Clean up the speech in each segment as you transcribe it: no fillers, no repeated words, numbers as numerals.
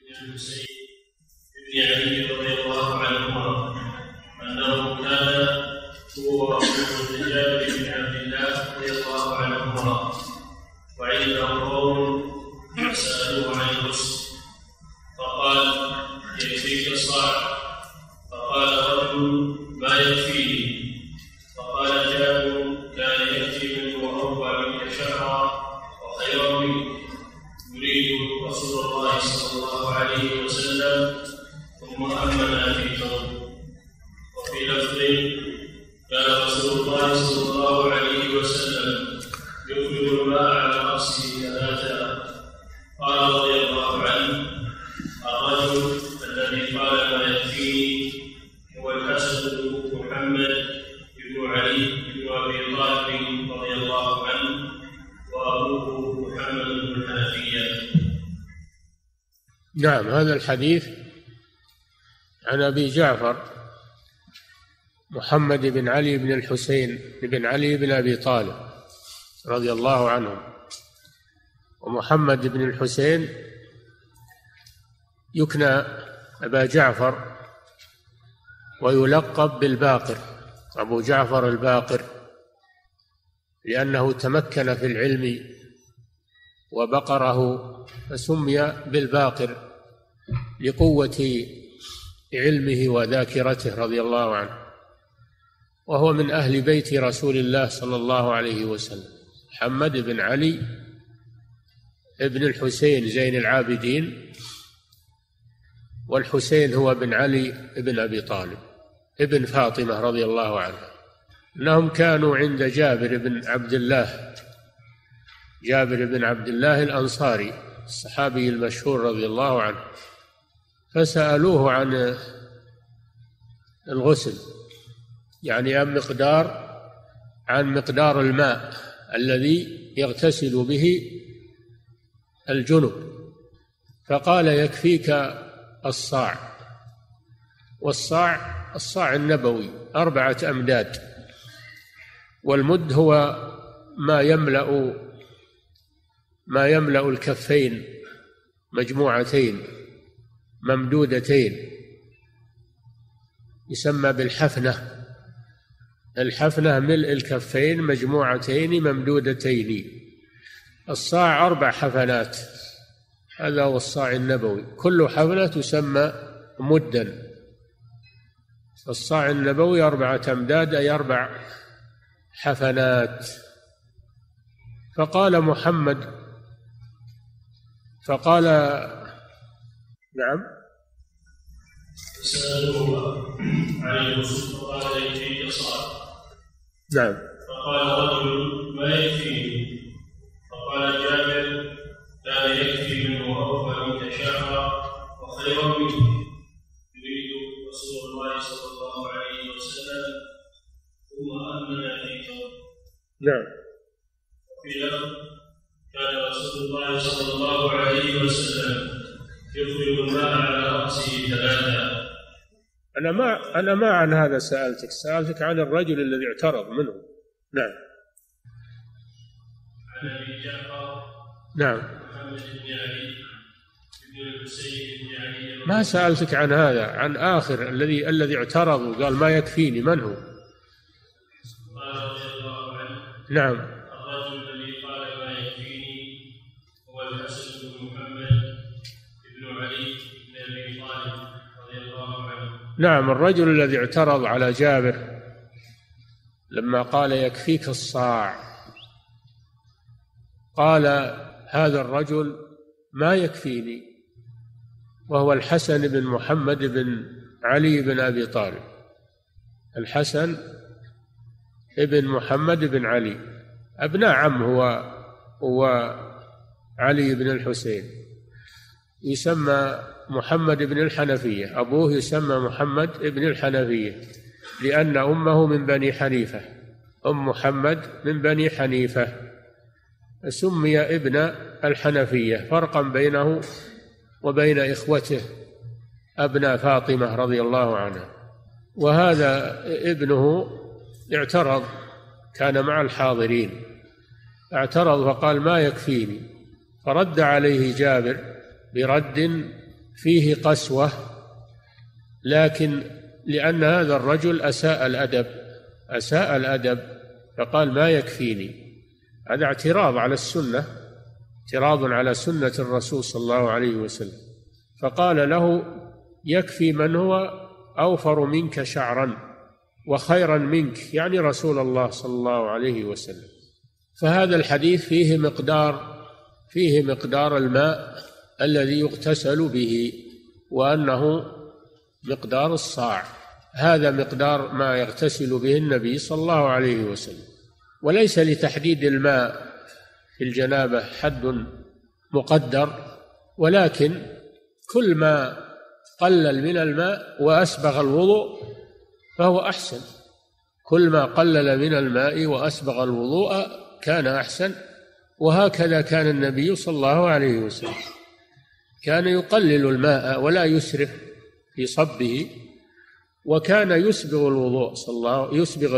بن حسين بن علي رضي الله عنهما أنه كان هو وابن جابر بن عبد الله رضي الله عنهما وعنده قوم فسألوه عن الغسل فقال يكفيك صاع، فقال رجل ما يكفيني، فقال جابر كان يأتي منه 400 شهرا وخيرا منه، يريد رسول الله صلى الله عليه وسلم ثم أمنا في ثوب. وفي لفظ كان رسول الله صلى الله عليه وسلم يفرغ الماء على رأسه ثلاثة. قال رضي الله عنه الرجل الذي قال ما يكفيني هو الحسن بن محمد بن علي بن أبي طالب رضي الله عنه وأبوه محمد بن الحنفية. نعم، هذا الحديث عن أبي جعفر محمد بن علي بن الحسين بن علي بن أبي طالب رضي الله عنه. ومحمد بن الحسين يكنى أبا جعفر ويلقب بالباقر، أبو جعفر الباقر، لأنه تمكن في العلم وبقره فسمي بالباقر لقوة علمه وذاكرته رضي الله عنه. وهو من أهل بيت رسول الله صلى الله عليه وسلم، محمد بن علي ابن الحسين زين العابدين، والحسين هو بن علي بن أبي طالب ابن فاطمة رضي الله عنها. أنهم كانوا عند جابر بن عبد الله، جابر بن عبد الله الأنصاري الصحابي المشهور رضي الله عنه، فسألوه عن الغسل، يعني عن مقدار الماء الذي يغتسل به الجنب، فقال يكفيك الصاع. والصاع النبوي 4 أمداد، والمد هو ما يملأ الكفين مجموعتين ممدودتين، يسمى بالحفنة. الحفنة ملء الكفين مجموعتين ممدودتين. الصاع 4 حفنات، هذا هو الصاع النبوي، كل حفنة تسمى مدا. الصاع النبوي 4 أمداد، أي 4 حفنات. فقال محمد، فقال نعم، سألوه عن الغسل فقال يكفيك صاع. نعم. فقال رجل ما يكفيني، فقال جابر كان يكفي منه 400 شهرا وخيرا منه، يريد رسول الله صلى الله عليه وسلم ثم أمنا في ثوب. نعم. وفي لفظ كان رسول الله صلى الله عليه وسلم يفرغ الماء على رأسه 3. أنا ما عن هذا سألتك عن الرجل الذي اعترض منه. نعم. عن أبي جعفر نعم. محمد بن علي بن الحسين بن علي. ما سألتك عن هذا، عن آخر الذي اعترض وقال ما يكفيني، من هو؟ قال رضي الله عنه. نعم. الرجل الذي قال ما يكفيني هو الحسن بن محمد بن علي بن أبي طالب رضي الله عنه. نعم، الرجل الذي اعترض على جابر لما قال يكفيك الصاع، قال هذا الرجل ما يكفيني، وهو الحسن بن محمد بن علي بن أبي طالب. الحسن ابن محمد بن علي، ابناء عم هو علي بن الحسين، يسمى محمد بن الحنفية، أبوه يسمى محمد بن الحنفية، لأن أمه من بني حنيفة، أم محمد من بني حنيفة، سمي ابن الحنفية فرقا بينه وبين إخوته أبناء فاطمة رضي الله عنها. وهذا ابنه اعترض، كان مع الحاضرين، اعترض فقال ما يكفيني، فرد عليه جابر برد فيه قسوة، لكن لأن هذا الرجل أساء الأدب فقال ما يكفيني. هذا اعتراض على السنة، اعتراض على سنة الرسول صلى الله عليه وسلم. فقال له يكفي من هو أوفر منك شعرا وخيرا منك، يعني رسول الله صلى الله عليه وسلم. فهذا الحديث فيه مقدار الماء الذي يغتسل به، وأنه مقدار الصاع. هذا مقدار ما يغتسل به النبي صلى الله عليه وسلم. وليس لتحديد الماء في الجنابة حد مقدر، ولكن كل ما قلل من الماء وأسبغ الوضوء فهو أحسن. كل ما قلل من الماء وأسبغ الوضوء كان أحسن. وهكذا كان النبي صلى الله عليه وسلم، كان يقلل الماء ولا يسرف في صبه، وكان يسبغ الوضوء يسبغ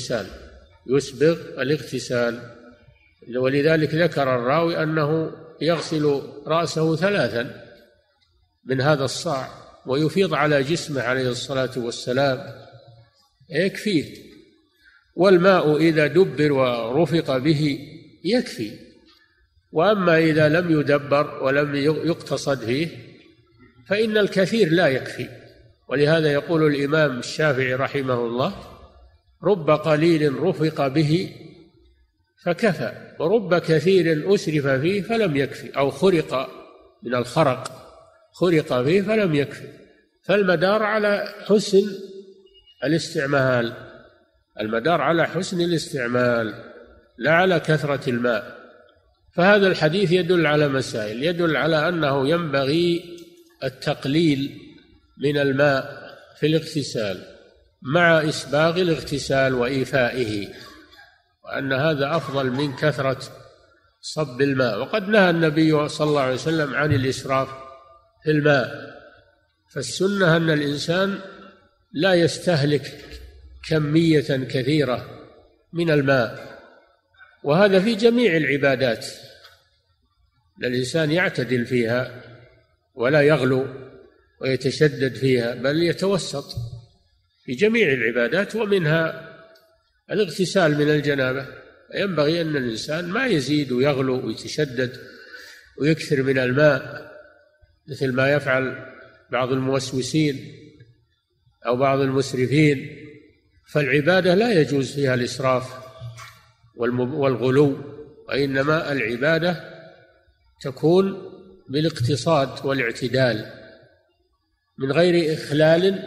الاغتسال. ولذلك ذكر الراوي أنه يغسل رأسه 3 من هذا الصاع ويفيض على جسمه عليه الصلاة والسلام، يكفيه. والماء إذا دبر ورفق به يكفي. وأما إذا لم يدبر ولم يقتصد فيه فإن الكثير لا يكفي. ولهذا يقول الإمام الشافعي رحمه الله: رب قليل رفق به فكفى، ورب كثير أسرف فيه فلم يكفي، أو خرق من الخرق، خرق فيه فلم يكفي. فالمدار على حسن الاستعمال، المدار على حسن الاستعمال لا على كثرة الماء. فهذا الحديث يدل على مسائل، يدل على أنه ينبغي التقليل من الماء في الاغتسال مع إسباغ الاغتسال وإيفائه، وأن هذا أفضل من كثرة صب الماء. وقد نهى النبي صلى الله عليه وسلم عن الإسراف في الماء. فالسنة أن الإنسان لا يستهلك كمية كثيرة من الماء، وهذا في جميع العبادات. الإنسان يعتدل فيها ولا يغلو ويتشدد فيها، بل يتوسط في جميع العبادات، ومنها الاغتسال من الجنابة. ينبغي أن الإنسان ما يزيد ويغلو ويتشدد ويكثر من الماء مثل ما يفعل بعض الموسوسين أو بعض المسرفين. فالعبادة لا يجوز فيها الإسراف والغلو، وإنما العبادة تكون بالاقتصاد والاعتدال من غير إخلال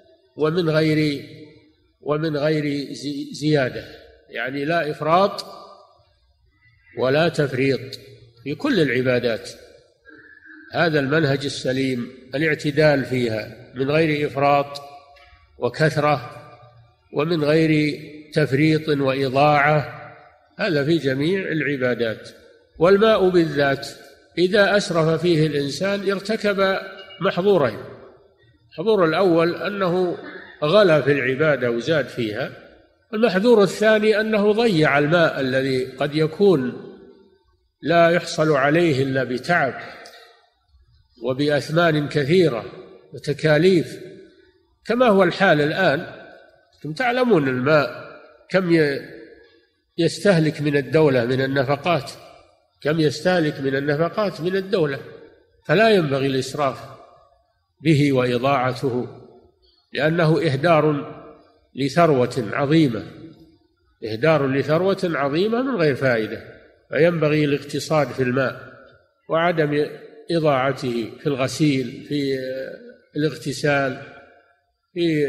ومن غير زيادة، يعني لا إفراط ولا تفريط في كل العبادات. هذا المنهج السليم، الاعتدال فيها من غير إفراط وكثرة ومن غير تفريط وإضاعة، هذا في جميع العبادات. والماء بالذات إذا أسرف فيه الإنسان ارتكب محظورين: المحظور الأول أنه غلا في العبادة وزاد فيها، المحظور الثاني أنه ضيع الماء الذي قد يكون لا يحصل عليه إلا بتعب وبأثمان كثيرة وتكاليف، كما هو الحال الآن. أنتم تعلمون الماء كم يستهلك من الدولة من النفقات، كم يستهلك من النفقات من الدولة، فلا ينبغي الإسراف به وإضاعته، لأنه إهدار لثروة عظيمة، إهدار لثروة عظيمة من غير فائدة. فينبغي الاقتصاد في الماء وعدم إضاعته في الغسيل، في الاغتسال، في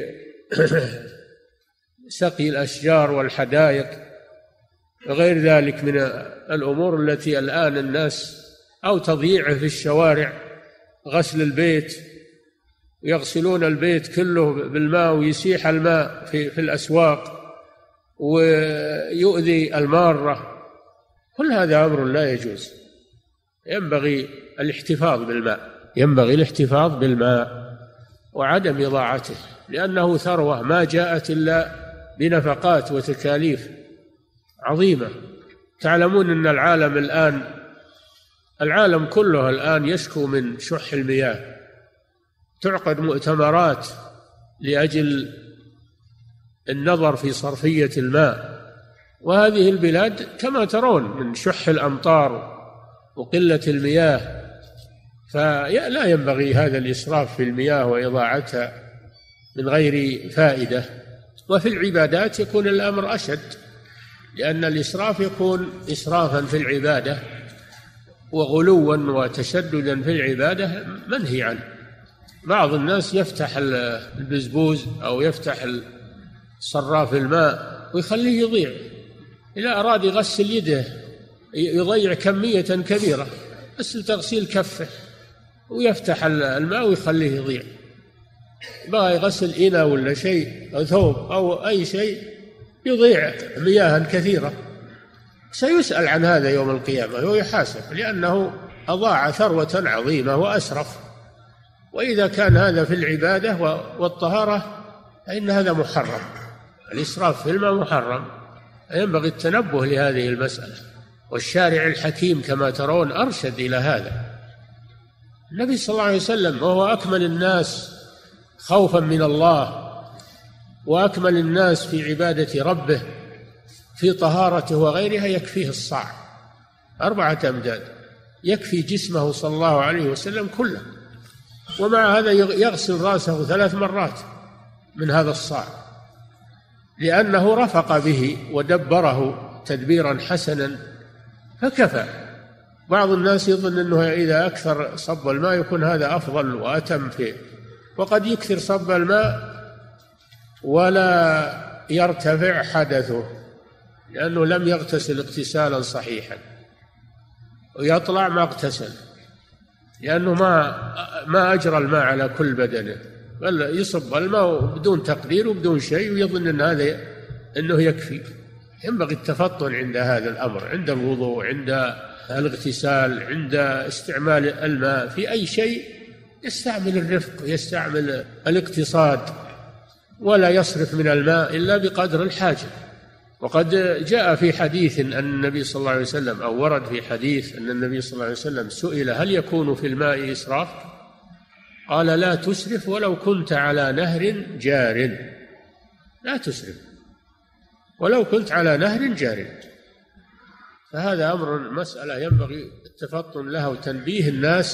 سقي الأشجار والحدائق وغير ذلك من الأمور التي الآن الناس، أو تضييعه في الشوارع، غسل البيت، يغسلون البيت كله بالماء ويسيح الماء في الأسواق ويؤذي المارة. كل هذا أمر لا يجوز. ينبغي الاحتفاظ بالماء وعدم إضاعته، لأنه ثروة ما جاءت إلا بنفقات وتكاليف عظيمة. تعلمون أن العالم كله الآن يشكو من شح المياه، تعقد مؤتمرات لأجل النظر في صرفية الماء. وهذه البلاد كما ترون من شح الأمطار وقلة المياه، فلا ينبغي هذا الإسراف في المياه وإضاعتها من غير فائدة. وفي العبادات يكون الأمر أشد، لأن الإسراف يكون إسرافا في العبادة وغلوا وتشددا في العبادة منهي عنه. بعض الناس يفتح البزبوز أو يفتح صراف الماء ويخليه يضيع، إذا أراد يغسل يده يضيع كمية كبيرة بس لتغسيل كفه، ويفتح الماء ويخليه يضيع. بغى يغسل إناء ولا شيء أو ثوب أو أي شيء يضيع مياه كثيرة، سيسأل عن هذا يوم القيامة ويحاسب، لأنه أضاع ثروة عظيمة وأسرف. وإذا كان هذا في العبادة والطهارة فإن هذا محرم، الإسراف في الماء محرم، ينبغي التنبه لهذه المسألة. والشارع الحكيم كما ترون أرشد إلى هذا. النبي صلى الله عليه وسلم وهو أكمل الناس خوفا من الله وأكمل الناس في عبادة ربه في طهارته وغيرها يكفيه الصاع 4 أمداد، يكفي جسمه صلى الله عليه وسلم كله، ومع هذا يغسل رأسه 3 مرات من هذا الصاع، لأنه رفق به ودبره تدبيرا حسنا فكفى. بعض الناس يظن أنه إذا أكثر صب الماء يكون هذا أفضل وأتم فيه، وقد يكثر صب الماء ولا يرتفع حدثه لأنه لم يغتسل اغتسالا صحيحا، ويطلع ما اغتسل لأنه ما أجرى الماء على كل بدنه، بل يصب الماء بدون تقدير وبدون شيء ويظن أن هذا أنه يكفي. ينبغي التفطن عند هذا الأمر، عند الوضوء، عند الاغتسال، عند استعمال الماء في أي شيء يستعمل الرفق ويستعمل الاقتصاد، ولا يصرف من الماء إلا بقدر الحاجة. وقد جاء في حديث أن النبي صلى الله عليه وسلم، أو ورد في حديث أن النبي صلى الله عليه وسلم سئل هل يكون في الماء إسراف؟ قال لا تسرف ولو كنت على نهر جار. لا تسرف ولو كنت على نهر جار. فهذا أمر مسألة ينبغي التفطن لها وتنبيه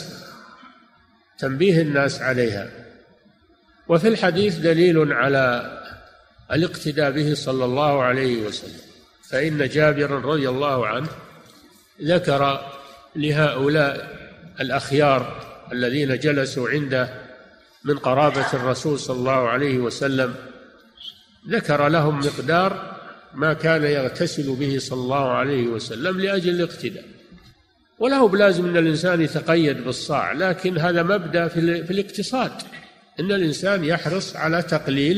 الناس عليها. وفي الحديث دليل على الاقتداء به صلى الله عليه وسلم، فإن جابر رضي الله عنه ذكر لهؤلاء الأخيار الذين جلسوا عنده من قرابة الرسول صلى الله عليه وسلم، ذكر لهم مقدار ما كان يغتسل به صلى الله عليه وسلم لأجل الاقتداء. وله بلازم أن الإنسان يتقيد بالصاع، لكن هذا مبدأ في الاقتصاد، أن الإنسان يحرص على تقليل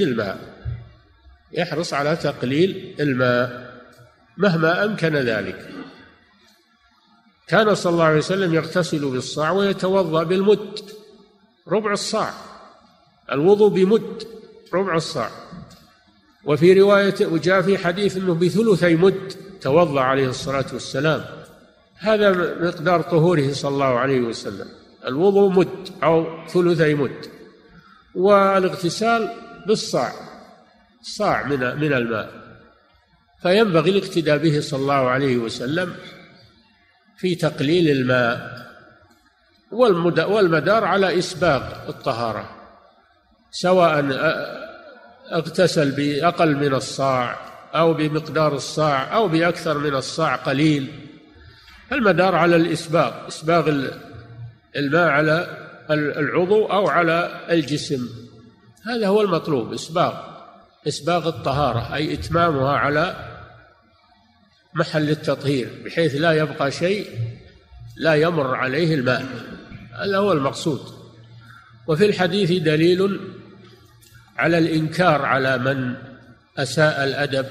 الماء مهما أمكن ذلك. كان صلى الله عليه وسلم يغتسل بالصاع ويتوضأ بالمد 1/4 صاع، الوضوء بمد 1/4 صاع. وفي رواية وجاء في حديث أنه ب3 مد توضأ عليه الصلاة والسلام. هذا مقدار طهوره صلى الله عليه وسلم، الوضوء مد أو 3 مد، والاغتسال بالصاع، صاع من الماء. فينبغي الاقتداء به صلى الله عليه وسلم في تقليل الماء، والمدار على إسباغ الطهارة، سواء اغتسل بأقل من الصاع أو بمقدار الصاع أو بأكثر من الصاع قليل. المدار على الإسباغ، إسباغ الماء على العضو أو على الجسم، هذا هو المطلوب، إسباغ الطهارة، أي إتمامها على محل التطهير بحيث لا يبقى شيء لا يمر عليه الماء، هذا هو المقصود. وفي الحديث دليل على الإنكار على من أساء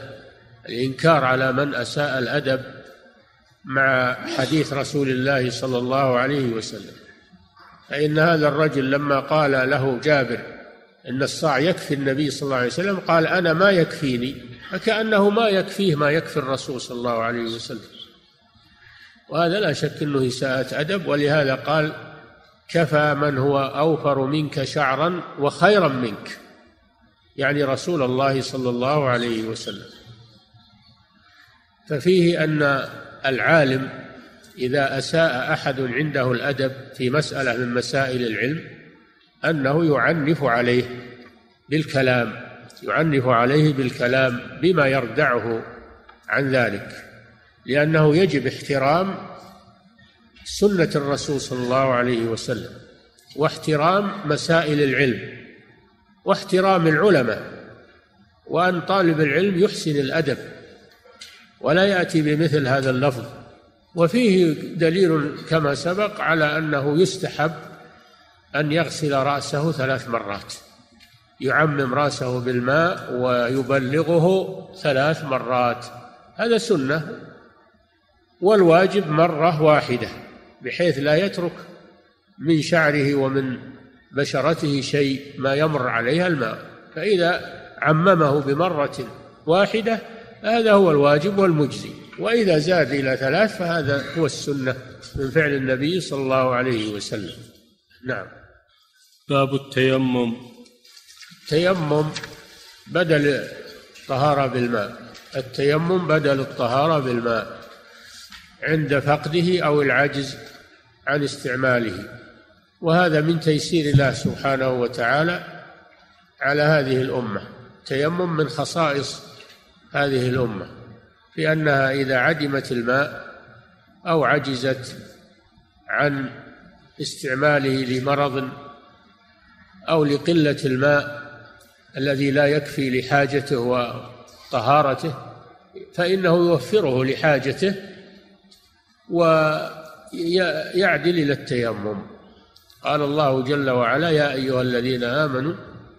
الأدب، مع حديث رسول الله صلى الله عليه وسلم. فإن هذا الرجل لما قال له جابر إن الصاع يكفي النبي صلى الله عليه وسلم، قال أنا ما يكفيني، فكأنه ما يكفيه ما يكفي الرسول صلى الله عليه وسلم، وهذا لا شك أنه إساءة أدب. ولهذا قال كفى من هو أوفر منك شعرا وخيرا منك، يعني رسول الله صلى الله عليه وسلم. ففيه أن العالم إذا أساء أحد عنده الأدب في مسألة من مسائل العلم أنه يعنف عليه بالكلام بما يردعه عن ذلك، لأنه يجب احترام سنة الرسول صلى الله عليه وسلم، واحترام مسائل العلم، واحترام العلماء، وأن طالب العلم يحسن الأدب ولا يأتي بمثل هذا اللفظ. وفيه دليل كما سبق على أنه يستحب أن يغسل رأسه 3 مرات، يعمم رأسه بالماء ويبلغه 3 مرات، هذا سنة. والواجب مرة واحدة بحيث لا يترك من شعره ومن بشرته شيء ما يمر عليها الماء، فإذا عممه بمرة واحدة هذا هو الواجب والمجزي، وإذا زاد إلى 3 فهذا هو السنة من فعل النبي صلى الله عليه وسلم. نعم. باب التيمم. التيمم بدل الطهارة بالماء، التيمم بدل الطهارة بالماء عند فقده أو العجز عن استعماله، وهذا من تيسير الله سبحانه وتعالى على هذه الأمة. التيمم من خصائص هذه الأمة، لأنها إذا عدمت الماء أو عجزت عن استعماله لمرض أو لقلة الماء الذي لا يكفي لحاجته وطهارته، فإنه يوفره لحاجته ويعدل إلى التيمم. قال الله جل وعلا: يا أيها الذين آمنوا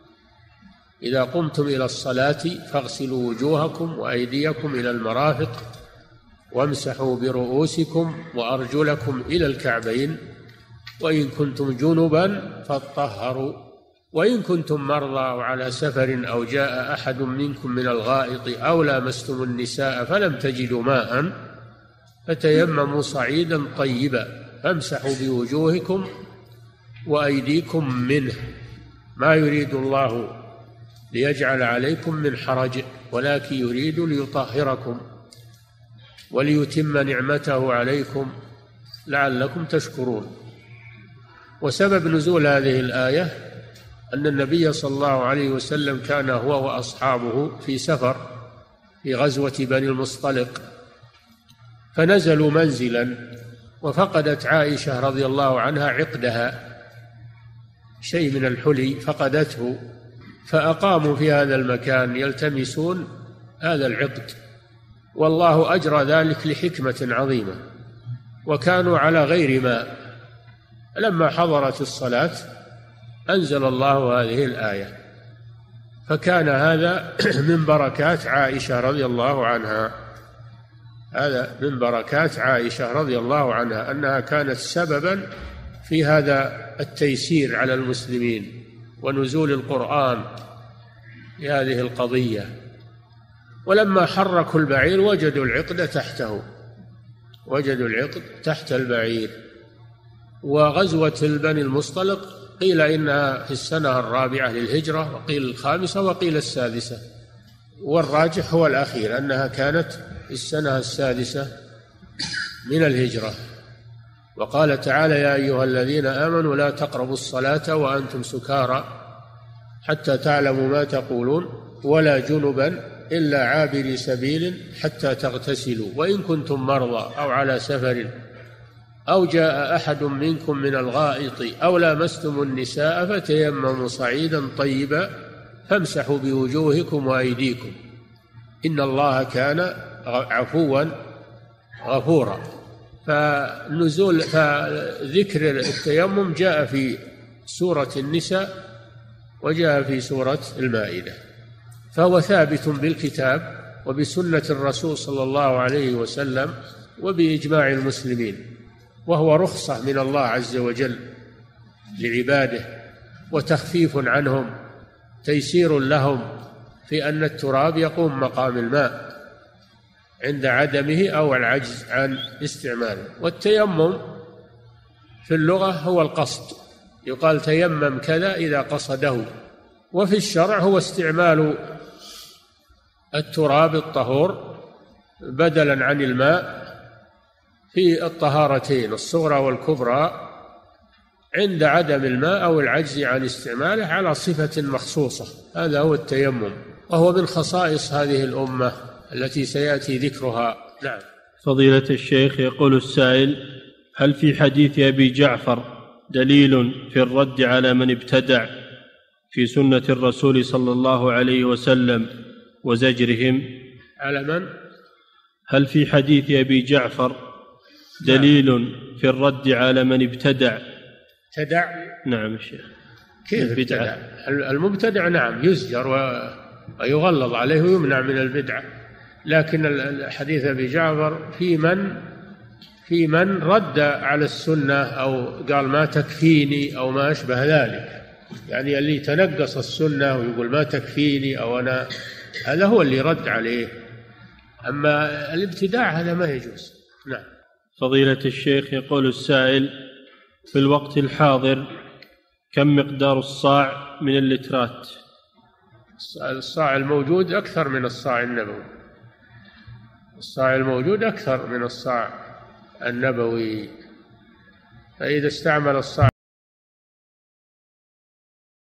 إذا قمتم إلى الصلاة فاغسلوا وجوهكم وأيديكم إلى المرافق وامسحوا برؤوسكم وأرجلكم إلى الكعبين وإن كنتم جنبا فاطهروا وإن كنتم مرضى أو على سفر أو جاء أحد منكم من الغائط أو لامستم النساء فلم تجدوا ماء فتيمموا صعيدا طيبا فامسحوا بوجوهكم وأيديكم منه ما يريد الله ليجعل عليكم من حرج ولكن يريد ليطهركم وليتم نعمته عليكم لعلكم تشكرون. وسبب نزول هذه الآية أن النبي صلى الله عليه وسلم كان هو وأصحابه في سفر في غزوة بني المصطلق، فنزلوا منزلا وفقدت عائشة رضي الله عنها عقدها، شيء من الحلي فقدته، فأقاموا في هذا المكان يلتمسون هذا العقد، والله أجرى ذلك لحكمة عظيمة، وكانوا على غير ماء. لما حضرت الصلاة أنزل الله هذه الآية، فكان هذا من بركات عائشة رضي الله عنها، هذا من بركات عائشة رضي الله عنها أنها كانت سببا في هذا التيسير على المسلمين ونزول القرآن في هذه القضية. ولما حركوا البعير وجدوا العقد تحته، وجدوا العقد تحت البعير. وغزوة بني المصطلق قيل إنها في السنة 4 للهجرة، وقيل 5 وقيل 6، والراجح هو الأخير أنها كانت في السنة 6 من الهجرة. وقال تعالى: يا أيها الذين آمنوا لا تقربوا الصلاة وأنتم سكارى حتى تعلموا ما تقولون ولا جنبا إلا عابري سبيل حتى تغتسلوا وإن كنتم مرضى أو على سفر أو جاء أحد منكم من الغائط أو لامستم النساء فتيمموا صعيدا طيبا فامسحوا بوجوهكم وأيديكم إن الله كان عفوا غفورا. فذكر التيمم جاء في سورة النساء وجاء في سورة المائدة، فهو ثابت بالكتاب وبسنة الرسول صلى الله عليه وسلم وبإجماع المسلمين، وهو رخصة من الله عز وجل لعباده وتخفيف عنهم، تيسير لهم في أن التراب يقوم مقام الماء عند عدمه أو العجز عن استعماله. والتيمم في اللغة هو القصد، يقال تيمم كذا إذا قصده. وفي الشرع هو استعمال التراب الطهور بدلا عن الماء في الطهارتين الصغرى والكبرى عند عدم الماء أو العجز عن استعماله على صفة مخصوصة. هذا هو التيمم، وهو من خصائص هذه الأمة التي سيأتي ذكرها. نعم. فضيلة الشيخ، يقول السائل: هل في حديث أبي جعفر دليل في الرد على من ابتدع في سنة الرسول صلى الله عليه وسلم وزجرهم؟ على من؟ هل في حديث أبي جعفر دليل في الرد على من ابتدع؟ نعم الشيخ. كيف ابتدع؟ المبتدع نعم يزجر ويغلظ عليه ويمنع من البدعة، لكن الحديث أبي جعفر في من رد على السنة أو قال ما تكفيني أو ما أشبه ذلك، يعني اللي تنقص السنة ويقول ما تكفيني أو أنا، هذا هو اللي رد عليه. أما الابتداع هذا ما يجوز. نعم. فضيلة الشيخ، يقول السائل: في الوقت الحاضر كم مقدار الصاع من اللترات؟ الصاع الموجود أكثر من الصاع النبوي، الصاع الموجود أكثر من الصاع النبوي، فإذا استعمل الصاع